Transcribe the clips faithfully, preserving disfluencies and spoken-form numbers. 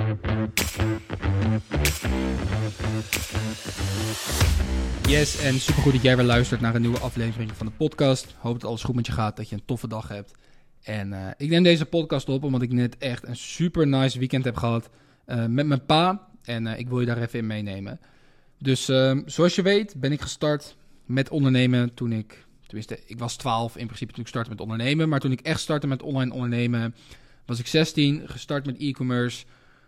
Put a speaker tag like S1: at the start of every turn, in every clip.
S1: Yes, en supergoed dat jij weer luistert naar een nieuwe aflevering van de podcast. Hoop dat alles goed met je gaat, dat je een toffe dag hebt. En uh, ik neem deze podcast op omdat ik net echt een super nice weekend heb gehad uh, met mijn pa. En uh, ik wil je daar even in meenemen. Dus uh, zoals je weet ben ik gestart met ondernemen toen ik... Tenminste, ik was twaalf in principe toen ik startte met ondernemen. Maar toen ik echt startte met online ondernemen was ik zestien, gestart met e-commerce.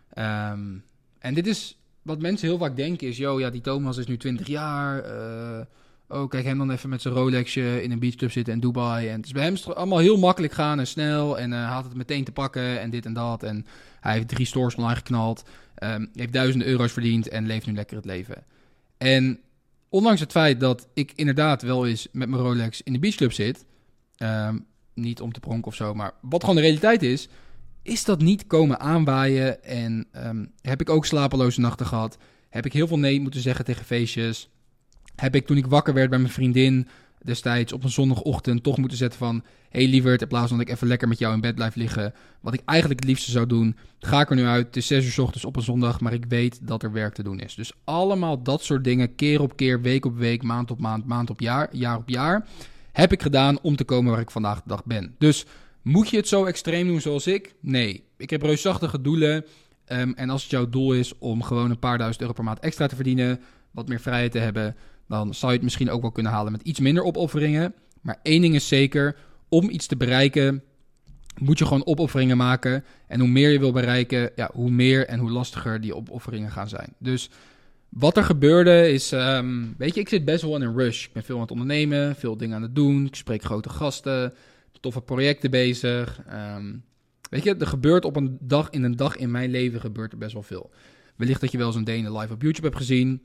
S1: Um, en dit is... Wat mensen heel vaak denken is, yo, ja, die Thomas is nu twintig jaar. Uh, oh, kijk hem dan even met zijn Rolexje in een beachclub zitten in Dubai. En het is bij hem allemaal heel makkelijk gaan en snel. En uh, hij had het meteen te pakken en dit en dat. En hij heeft drie stores online geknald. Um, heeft duizenden euro's verdiend en leeft nu lekker het leven. En ondanks het feit dat ik inderdaad wel eens met mijn Rolex in de beachclub zit. Um, niet om te pronken of zo, maar wat gewoon de realiteit is... is dat niet komen aanwaaien en um, heb ik ook slapeloze nachten gehad. Heb ik heel veel nee moeten zeggen tegen feestjes. Heb ik toen ik wakker werd bij mijn vriendin destijds op een zondagochtend toch moeten zetten van... hey lieverd, in plaats van dat ik even lekker met jou in bed blijf liggen. Wat ik eigenlijk het liefste zou doen. Ga ik er nu uit, het is zes uur 's ochtends op een zondag, maar ik weet dat er werk te doen is. Dus allemaal dat soort dingen, keer op keer, week op week, maand op maand, maand op jaar, jaar op jaar... heb ik gedaan om te komen waar ik vandaag de dag ben. Dus... moet je het zo extreem doen zoals ik? Nee. Ik heb reusachtige doelen. Um, en als het jouw doel is om gewoon een paar duizend euro per maand extra te verdienen... wat meer vrijheid te hebben... dan zou je het misschien ook wel kunnen halen met iets minder opofferingen. Maar één ding is zeker. Om iets te bereiken moet je gewoon opofferingen maken. En hoe meer je wil bereiken... ja, hoe meer en hoe lastiger die opofferingen gaan zijn. Dus wat er gebeurde is... Um, weet je, ik zit best wel in een rush. Ik ben veel aan het ondernemen. Veel dingen aan het doen. Ik spreek grote gasten... toffe projecten bezig. Um, weet je, er gebeurt op een dag in een dag in mijn leven gebeurt er best wel veel. Wellicht dat je wel eens een Dane live op YouTube hebt gezien.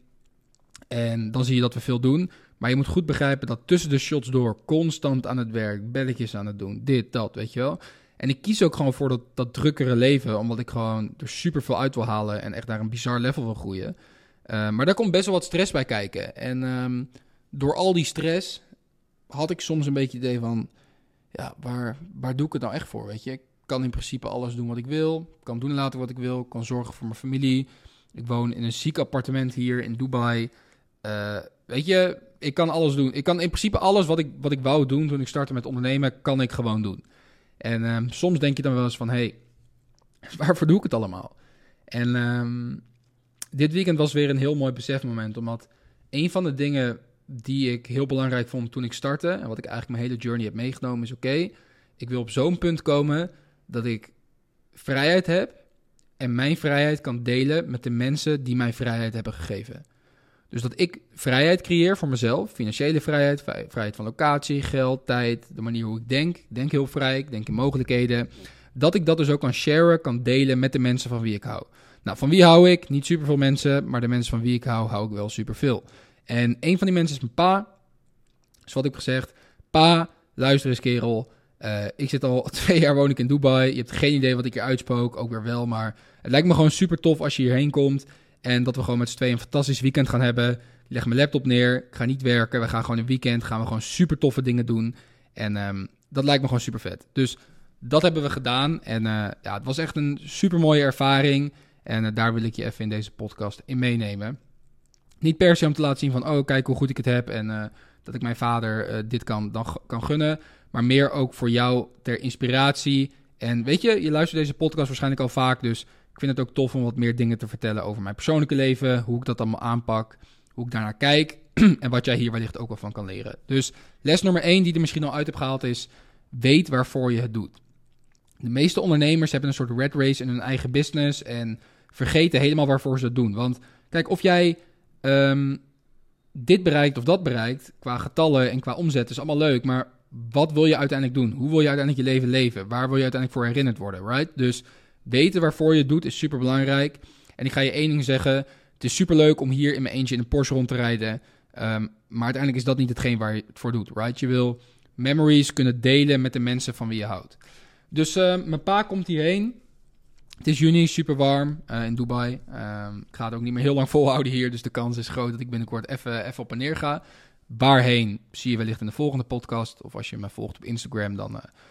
S1: En dan zie je dat we veel doen. Maar je moet goed begrijpen dat tussen de shots door constant aan het werk, belletjes aan het doen, dit, dat, weet je wel. En ik kies ook gewoon voor dat, dat drukkere leven, omdat ik gewoon er super veel uit wil halen en echt naar een bizar level wil groeien. Uh, maar daar komt best wel wat stress bij kijken. En um, door al die stress had ik soms een beetje het idee van... ja, waar, waar doe ik het nou echt voor, weet je? Ik kan in principe alles doen wat ik wil. Ik kan doen en laten wat ik wil. Ik kan zorgen voor mijn familie. Ik woon in een ziek appartement hier in Dubai. Uh, weet je, ik kan alles doen. Ik kan in principe alles wat ik, wat ik wou doen toen ik startte met ondernemen, kan ik gewoon doen. En um, soms denk je dan wel eens van, hé, hey, waarvoor doe ik het allemaal? En um, dit weekend was weer een heel mooi besefmoment, omdat een van de dingen... die ik heel belangrijk vond toen ik startte... en wat ik eigenlijk mijn hele journey heb meegenomen... is oké, okay, ik wil op zo'n punt komen... dat ik vrijheid heb... en mijn vrijheid kan delen met de mensen... die mij vrijheid hebben gegeven. Dus dat ik vrijheid creëer voor mezelf... financiële vrijheid, vrijheid van locatie, geld, tijd... de manier hoe ik denk. Ik denk heel vrij, ik denk in mogelijkheden... dat ik dat dus ook kan sharen, kan delen... met de mensen van wie ik hou. Nou, van wie hou ik? Niet superveel mensen... maar de mensen van wie ik hou, hou ik wel superveel... En een van die mensen is mijn pa. Dus wat ik heb gezegd. Pa, luister eens kerel. Uh, ik zit al twee jaar woon ik in Dubai. Je hebt geen idee wat ik hier uitspook. Ook weer wel. Maar het lijkt me gewoon super tof als je hierheen komt. En dat we gewoon met z'n tweeën een fantastisch weekend gaan hebben. Ik leg mijn laptop neer. Ik ga niet werken. We gaan gewoon een weekend. Gaan we gewoon super toffe dingen doen. En um, dat lijkt me gewoon super vet. Dus dat hebben we gedaan. En uh, ja, het was echt een super mooie ervaring. En uh, daar wil ik je even in deze podcast in meenemen. Niet per se om te laten zien van, oh, kijk hoe goed ik het heb... en uh, dat ik mijn vader uh, dit kan, dan g- kan gunnen. Maar meer ook voor jou ter inspiratie. En weet je, je luistert deze podcast waarschijnlijk al vaak... dus ik vind het ook tof om wat meer dingen te vertellen over mijn persoonlijke leven... hoe ik dat allemaal aanpak, hoe ik daarnaar kijk... en wat jij hier wellicht ook wel van kan leren. Dus les nummer één die er misschien al uit heb gehaald is... weet waarvoor je het doet. De meeste ondernemers hebben een soort rat race in hun eigen business... en vergeten helemaal waarvoor ze het doen. Want kijk, of jij... Um, dit bereikt of dat bereikt, qua getallen en qua omzet, is allemaal leuk. Maar wat wil je uiteindelijk doen? Hoe wil je uiteindelijk je leven leven? Waar wil je uiteindelijk voor herinnerd worden, right? Dus weten waarvoor je het doet is super belangrijk. En ik ga je één ding zeggen. Het is super leuk om hier in mijn eentje in een Porsche rond te rijden. Um, maar uiteindelijk is dat niet hetgeen waar je het voor doet, right? Je wil memories kunnen delen met de mensen van wie je houdt. Dus uh, mijn pa komt hierheen. Het is juni, super warm uh, in Dubai. Um, ik ga het ook niet meer heel lang volhouden hier. Dus de kans is groot dat ik binnenkort even, even op en neer ga. Waarheen zie je wellicht in de volgende podcast. Of als je me volgt op Instagram, dan uh,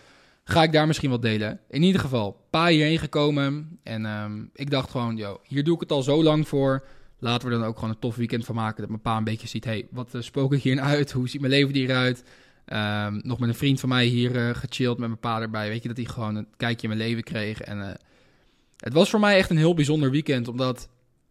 S1: ga ik daar misschien wat delen. In ieder geval, pa hierheen gekomen. En um, ik dacht gewoon, yo, hier doe ik het al zo lang voor. Laten we er dan ook gewoon een tof weekend van maken. Dat mijn pa een beetje ziet, hey, wat uh, spook ik hier nou uit? Hoe ziet mijn leven hieruit? Um, nog met een vriend van mij hier uh, gechilled met mijn pa erbij. Weet je, dat hij gewoon een kijkje in mijn leven kreeg. En uh, het was voor mij echt een heel bijzonder weekend. Omdat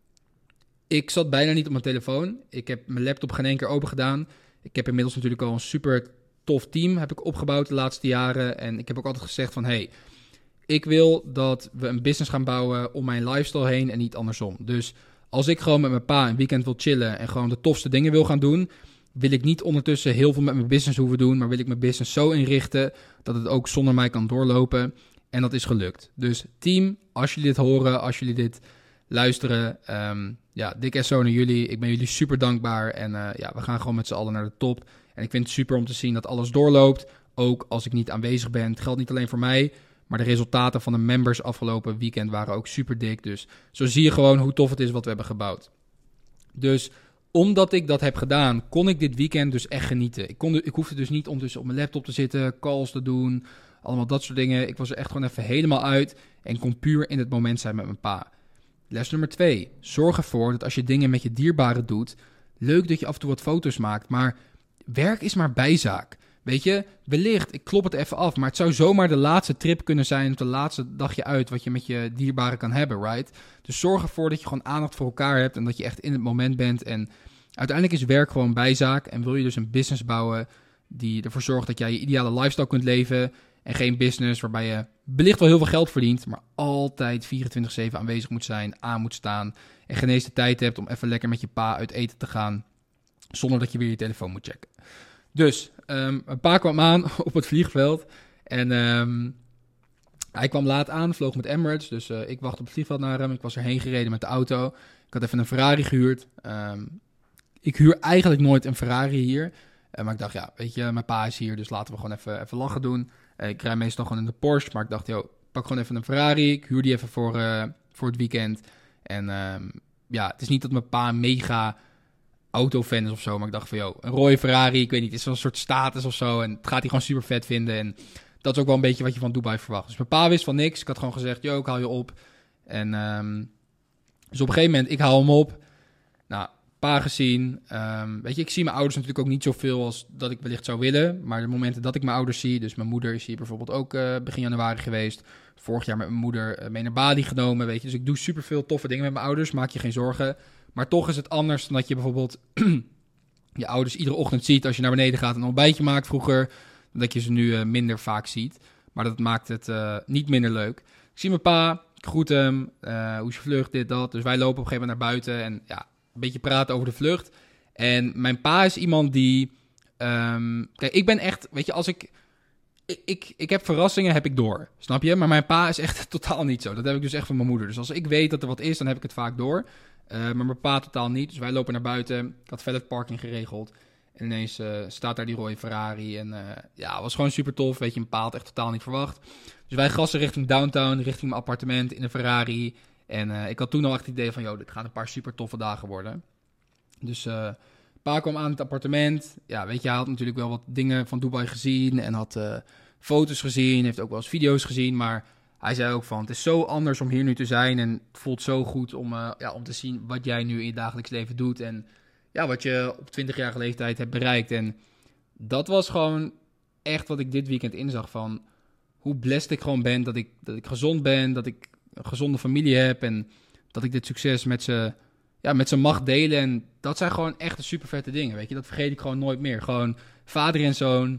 S1: ik zat bijna niet op mijn telefoon. Ik heb mijn laptop geen één keer open gedaan. Ik heb inmiddels natuurlijk al een super tof team heb ik opgebouwd de laatste jaren. En ik heb ook altijd gezegd van, hey, ik wil dat we een business gaan bouwen om mijn lifestyle heen en niet andersom. Dus als ik gewoon met mijn pa een weekend wil chillen en gewoon de tofste dingen wil gaan doen, wil ik niet ondertussen heel veel met mijn business hoeven doen, maar wil ik mijn business zo inrichten dat het ook zonder mij kan doorlopen. En dat is gelukt. Dus team, als jullie dit horen, als jullie dit luisteren, um, ja, dik S O naar jullie. Ik ben jullie super dankbaar en uh, ja, we gaan gewoon met z'n allen naar de top. En ik vind het super om te zien dat alles doorloopt, ook als ik niet aanwezig ben. Het geldt niet alleen voor mij, maar de resultaten van de members afgelopen weekend waren ook super dik. Dus zo zie je gewoon hoe tof het is wat we hebben gebouwd. Dus omdat ik dat heb gedaan, kon ik dit weekend dus echt genieten. Ik, kon, ik hoefde dus niet ondertussen op mijn laptop te zitten, calls te doen, allemaal dat soort dingen. Ik was er echt gewoon even helemaal uit en kon puur in het moment zijn met mijn pa. Les nummer twee. Zorg ervoor dat als je dingen met je dierbaren doet, leuk dat je af en toe wat foto's maakt, maar werk is maar bijzaak. Weet je, wellicht, ik klop het even af, maar het zou zomaar de laatste trip kunnen zijn, of de laatste dagje uit wat je met je dierbaren kan hebben, right? Dus zorg ervoor dat je gewoon aandacht voor elkaar hebt en dat je echt in het moment bent. En uiteindelijk is werk gewoon bijzaak en wil je dus een business bouwen die ervoor zorgt dat jij je ideale lifestyle kunt leven en geen business waarbij je wellicht wel heel veel geld verdient, maar altijd vierentwintig zeven aanwezig moet zijn, aan moet staan en geen eens de tijd hebt om even lekker met je pa uit eten te gaan zonder dat je weer je telefoon moet checken. Dus, um, een pa kwam aan op het vliegveld en um, hij kwam laat aan, vloog met Emirates, dus uh, ik wachtte op het vliegveld naar hem. Ik was erheen gereden met de auto. Ik had even een Ferrari gehuurd. Um, ik huur eigenlijk nooit een Ferrari hier, uh, maar ik dacht, ja, weet je, mijn pa is hier, dus laten we gewoon even, even lachen doen. Uh, ik rij meestal gewoon in de Porsche, maar ik dacht, joh, pak gewoon even een Ferrari. Ik huur die even voor, uh, voor het weekend. En um, ja, het is niet dat mijn pa een mega autofan is of zo, maar ik dacht van, joh, een rode Ferrari, ik weet niet, is wel een soort status of zo. En het gaat hij gewoon super vet vinden. En dat is ook wel een beetje wat je van Dubai verwacht. Dus mijn pa wist van niks. Ik had gewoon gezegd, joh, ik haal je op. En um, dus op een gegeven moment, ik haal hem op. Nou, pa gezien. Um, weet je, ik zie mijn ouders natuurlijk ook niet zoveel als dat ik wellicht zou willen. Maar de momenten dat ik mijn ouders zie, dus mijn moeder is hier bijvoorbeeld ook uh, begin januari geweest. Vorig jaar met mijn moeder uh, mee naar Bali genomen, weet je. Dus ik doe super veel toffe dingen met mijn ouders, maak je geen zorgen. Maar toch is het anders dan dat je bijvoorbeeld je ouders iedere ochtend ziet als je naar beneden gaat en een ontbijtje maakt vroeger. Dat je ze nu uh, minder vaak ziet. Maar dat maakt het uh, niet minder leuk. Ik zie mijn pa, ik groet hem, uh, hoe is je vlucht, dit, dat. Dus wij lopen op een gegeven moment naar buiten en ja, een beetje praten over de vlucht. En mijn pa is iemand die... Um, kijk, ik ben echt, weet je, als ik... Ik, ik, ik heb verrassingen, heb ik door, snap je? Maar mijn pa is echt totaal niet zo. Dat heb ik dus echt van mijn moeder. Dus als ik weet dat er wat is, dan heb ik het vaak door. Uh, maar mijn pa totaal niet. Dus wij lopen naar buiten. Ik had valet parking geregeld. En ineens uh, staat daar die rode Ferrari. En uh, ja, het was gewoon super tof. Weet je, een pa had echt totaal niet verwacht. Dus wij gassen richting downtown, richting mijn appartement in een Ferrari. En uh, ik had toen al echt het idee van, joh, dit gaan een paar super toffe dagen worden. Dus uh, pa kwam aan het appartement. Ja, weet je, hij had natuurlijk wel wat dingen van Dubai gezien. En had uh, foto's gezien. Heeft ook wel eens video's gezien. Maar hij zei ook van, het is zo anders om hier nu te zijn. En het voelt zo goed om, uh, ja, om te zien wat jij nu in je dagelijks leven doet. En ja, wat je op twintigjarige leeftijd hebt bereikt. En dat was gewoon echt wat ik dit weekend inzag van hoe blessed ik gewoon ben. Dat ik, dat ik gezond ben, dat ik een gezonde familie heb. En dat ik dit succes met ze, ja, met ze mag delen. En dat zijn gewoon echt de super vette dingen, weet je. Dat vergeet ik gewoon nooit meer. Gewoon vader en zoon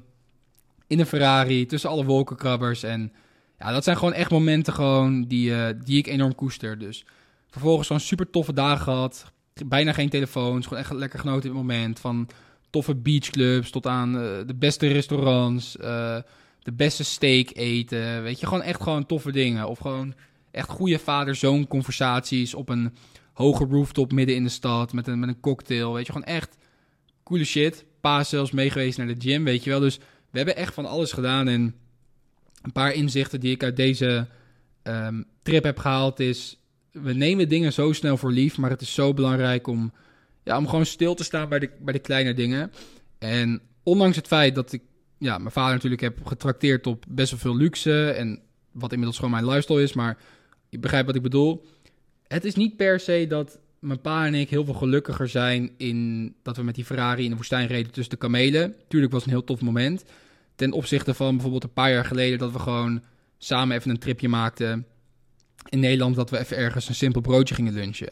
S1: in een Ferrari tussen alle wolkenkrabbers. En ja, dat zijn gewoon echt momenten gewoon die, uh, die ik enorm koester. Dus vervolgens zo'n super toffe dagen gehad. Bijna geen telefoons. Gewoon echt lekker genoten in het moment. Van toffe beachclubs tot aan uh, de beste restaurants. Uh, de beste steak eten. Weet je, gewoon echt gewoon toffe dingen. Of gewoon echt goede vader-zoon conversaties op een hoge rooftop midden in de stad. Met een, met een cocktail. Weet je, gewoon echt coole shit. Pa is zelfs meegeweest naar de gym, weet je wel. Dus we hebben echt van alles gedaan. En een paar inzichten die ik uit deze um, trip heb gehaald is, we nemen dingen zo snel voor lief, maar het is zo belangrijk om, ja, om gewoon stil te staan bij de, bij de kleine dingen. En ondanks het feit dat ik ja, mijn vader natuurlijk heb getrakteerd op best wel veel luxe. En wat inmiddels gewoon mijn lifestyle is. Maar je begrijpt wat ik bedoel. Het is niet per se dat mijn pa en ik heel veel gelukkiger zijn in dat we met die Ferrari in de woestijn reden tussen de kamelen. Tuurlijk was het een heel tof moment. Ten opzichte van bijvoorbeeld een paar jaar geleden dat we gewoon samen even een tripje maakten in Nederland, dat we even ergens een simpel broodje gingen lunchen.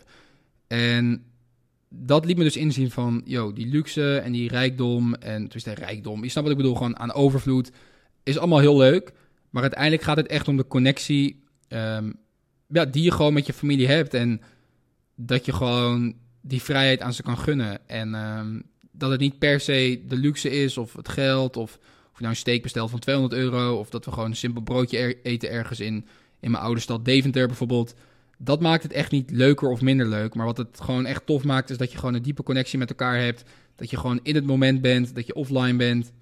S1: En dat liet me dus inzien van, yo, die luxe en die rijkdom, en het is de rijkdom, je snapt wat ik bedoel, gewoon aan overvloed, is allemaal heel leuk. Maar uiteindelijk gaat het echt om de connectie um, ja, die je gewoon met je familie hebt. En dat je gewoon die vrijheid aan ze kan gunnen. En um, dat het niet per se de luxe is of het geld, of of je nou een steak bestelt van tweehonderd euro, of dat we gewoon een simpel broodje er- eten ergens in, in mijn oude stad Deventer bijvoorbeeld. Dat maakt het echt niet leuker of minder leuk. Maar wat het gewoon echt tof maakt, is dat je gewoon een diepe connectie met elkaar hebt. Dat je gewoon in het moment bent, dat je offline bent.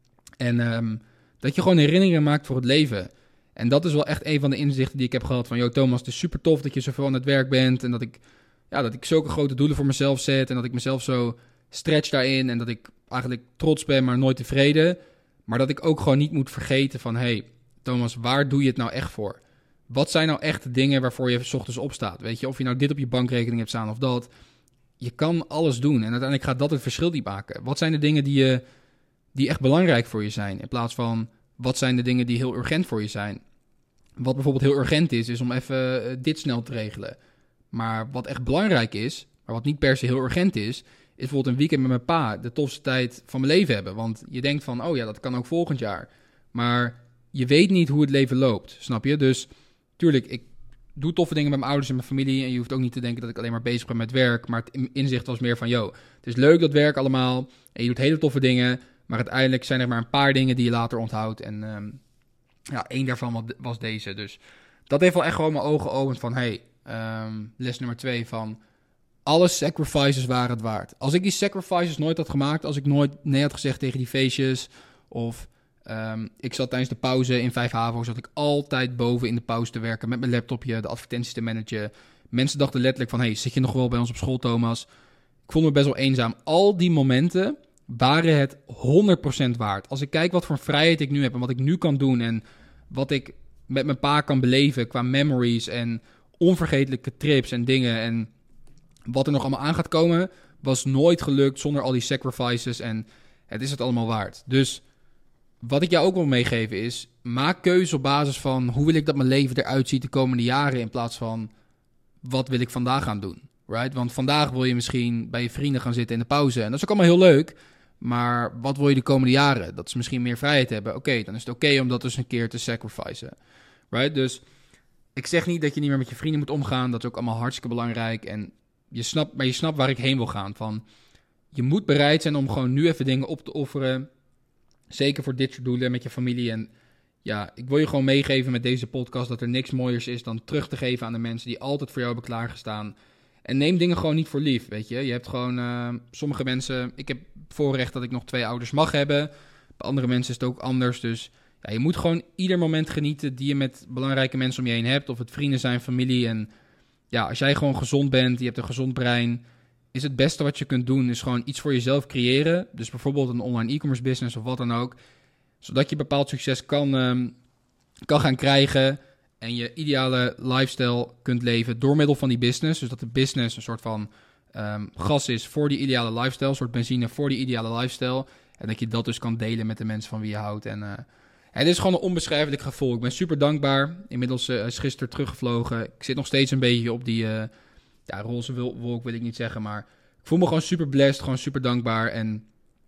S1: En um, dat je gewoon herinneringen maakt voor het leven. En dat is wel echt een van de inzichten die ik heb gehad. Van, yo Thomas, het is super tof dat je zoveel aan het werk bent. En dat ik, ja, dat ik zulke grote doelen voor mezelf zet. En dat ik mezelf zo stretch daarin. En dat ik eigenlijk trots ben, maar nooit tevreden. Maar dat ik ook gewoon niet moet vergeten van, hey Thomas, waar doe je het nou echt voor? Wat zijn nou echt de dingen waarvoor je 's ochtends opstaat? Weet je, of je nou dit op je bankrekening hebt staan of dat. Je kan alles doen en uiteindelijk gaat dat het verschil niet maken. Wat zijn de dingen die, je, die echt belangrijk voor je zijn? In plaats van, wat zijn de dingen die heel urgent voor je zijn? Wat bijvoorbeeld heel urgent is, is om even dit snel te regelen. Maar wat echt belangrijk is, maar wat niet per se heel urgent is, is bijvoorbeeld een weekend met mijn pa de tofste tijd van mijn leven hebben. Want je denkt van, oh ja, dat kan ook volgend jaar. Maar je weet niet hoe het leven loopt, snap je? Dus tuurlijk, ik doe toffe dingen met mijn ouders en mijn familie. En je hoeft ook niet te denken dat ik alleen maar bezig ben met werk. Maar het inzicht was meer van, yo, het is leuk dat werk allemaal. En je doet hele toffe dingen. Maar uiteindelijk zijn er maar een paar dingen die je later onthoudt. En um, ja, één daarvan was deze. Dus dat heeft wel echt gewoon mijn ogen geopend van, hey, um, les nummer twee van, alle sacrifices waren het waard. Als ik die sacrifices nooit had gemaakt, als ik nooit nee had gezegd tegen die feestjes, of um, ik zat tijdens de pauze in vijf HAVO, zat ik altijd boven in de pauze te werken met mijn laptopje, de advertenties te managen. Mensen dachten letterlijk van, hey, zit je nog wel bij ons op school, Thomas? Ik voelde me best wel eenzaam. Al die momenten waren het honderd procent waard. Als ik kijk wat voor vrijheid ik nu heb en wat ik nu kan doen en wat ik met mijn pa kan beleven qua memories en onvergetelijke trips en dingen en wat er nog allemaal aan gaat komen, was nooit gelukt zonder al die sacrifices en het is het allemaal waard. Dus wat ik jou ook wil meegeven is, maak keuze op basis van hoe wil ik dat mijn leven eruit ziet de komende jaren in plaats van wat wil ik vandaag gaan doen, right? Want vandaag wil je misschien bij je vrienden gaan zitten in de pauze en dat is ook allemaal heel leuk, maar wat wil je de komende jaren? Dat ze misschien meer vrijheid hebben. Oké, okay, dan is het oké okay om dat dus een keer te sacrificen, right? Dus ik zeg niet dat je niet meer met je vrienden moet omgaan, dat is ook allemaal hartstikke belangrijk en je snapt, maar je snapt waar ik heen wil gaan. Van, je moet bereid zijn om gewoon nu even dingen op te offeren. Zeker voor dit soort doelen met je familie. En ja, ik wil je gewoon meegeven met deze podcast dat er niks mooiers is dan terug te geven aan de mensen die altijd voor jou hebben klaargestaan. En neem dingen gewoon niet voor lief, weet je. Je hebt gewoon, uh, sommige mensen, ik heb voorrecht dat ik nog twee ouders mag hebben. Bij andere mensen is het ook anders. Dus ja, je moet gewoon ieder moment genieten die je met belangrijke mensen om je heen hebt. Of het vrienden zijn, familie. En ja, als jij gewoon gezond bent, je hebt een gezond brein, is het beste wat je kunt doen, is gewoon iets voor jezelf creëren. Dus bijvoorbeeld een online e-commerce business of wat dan ook. Zodat je bepaald succes kan, um, kan gaan krijgen en je ideale lifestyle kunt leven door middel van die business. Dus dat de business een soort van um, gas is voor die ideale lifestyle, een soort benzine voor die ideale lifestyle. En dat je dat dus kan delen met de mensen van wie je houdt. En uh, het is gewoon een onbeschrijfelijk gevoel. Ik ben super dankbaar. Inmiddels uh, is gisteren teruggevlogen. Ik zit nog steeds een beetje op die uh, ja, roze wolk, wil ik niet zeggen. Maar ik voel me gewoon super blessed, gewoon super dankbaar. En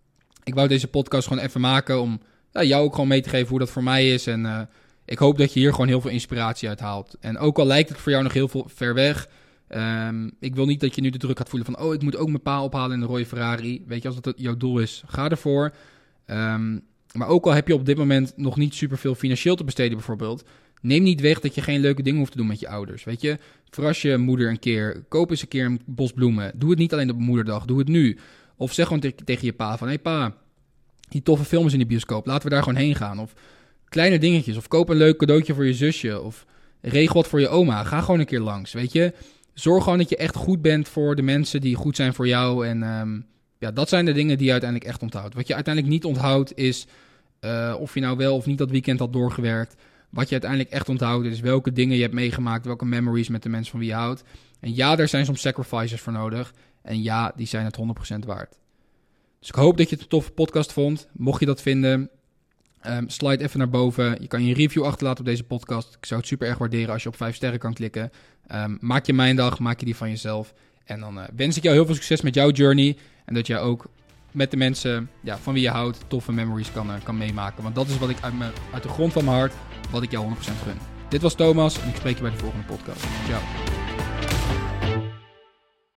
S1: ik wou deze podcast gewoon even maken om ja, jou ook gewoon mee te geven hoe dat voor mij is. En uh, ik hoop dat je hier gewoon heel veel inspiratie uit haalt. En ook al lijkt het voor jou nog heel veel ver weg. Um, ik wil niet dat je nu de druk gaat voelen van, oh, ik moet ook mijn pa ophalen in de rode Ferrari. Weet je, als dat jouw doel is, ga ervoor. Um, Maar ook al heb je op dit moment nog niet superveel financieel te besteden bijvoorbeeld, neem niet weg dat je geen leuke dingen hoeft te doen met je ouders. Weet je, verras je moeder een keer, koop eens een keer een bos bloemen. Doe het niet alleen op moederdag, doe het nu. Of zeg gewoon te- tegen je pa van, hé hey pa, die toffe films in de bioscoop, laten we daar gewoon heen gaan. Of kleine dingetjes, of koop een leuk cadeautje voor je zusje, of regel wat voor je oma. Ga gewoon een keer langs, weet je. Zorg gewoon dat je echt goed bent voor de mensen die goed zijn voor jou en um, ja, dat zijn de dingen die je uiteindelijk echt onthoudt. Wat je uiteindelijk niet onthoudt is Uh, of je nou wel of niet dat weekend had doorgewerkt. Wat je uiteindelijk echt onthoudt. Dus welke dingen je hebt meegemaakt. Welke memories met de mensen van wie je houdt. En ja, daar zijn soms sacrifices voor nodig. En ja, die zijn het honderd procent waard. Dus ik hoop dat je het een toffe podcast vond. Mocht je dat vinden, um, slide even naar boven. Je kan je een review achterlaten op deze podcast. Ik zou het super erg waarderen als je op vijf sterren kan klikken. Um, maak je mijn dag, maak je die van jezelf. En dan uh, wens ik jou heel veel succes met jouw journey. En dat jij ook met de mensen ja, van wie je houdt toffe memories kan, uh, kan meemaken. Want dat is wat ik uit, me, uit de grond van mijn hart, wat ik jou honderd procent gun. Dit was Thomas en ik spreek je bij de volgende podcast. Ciao.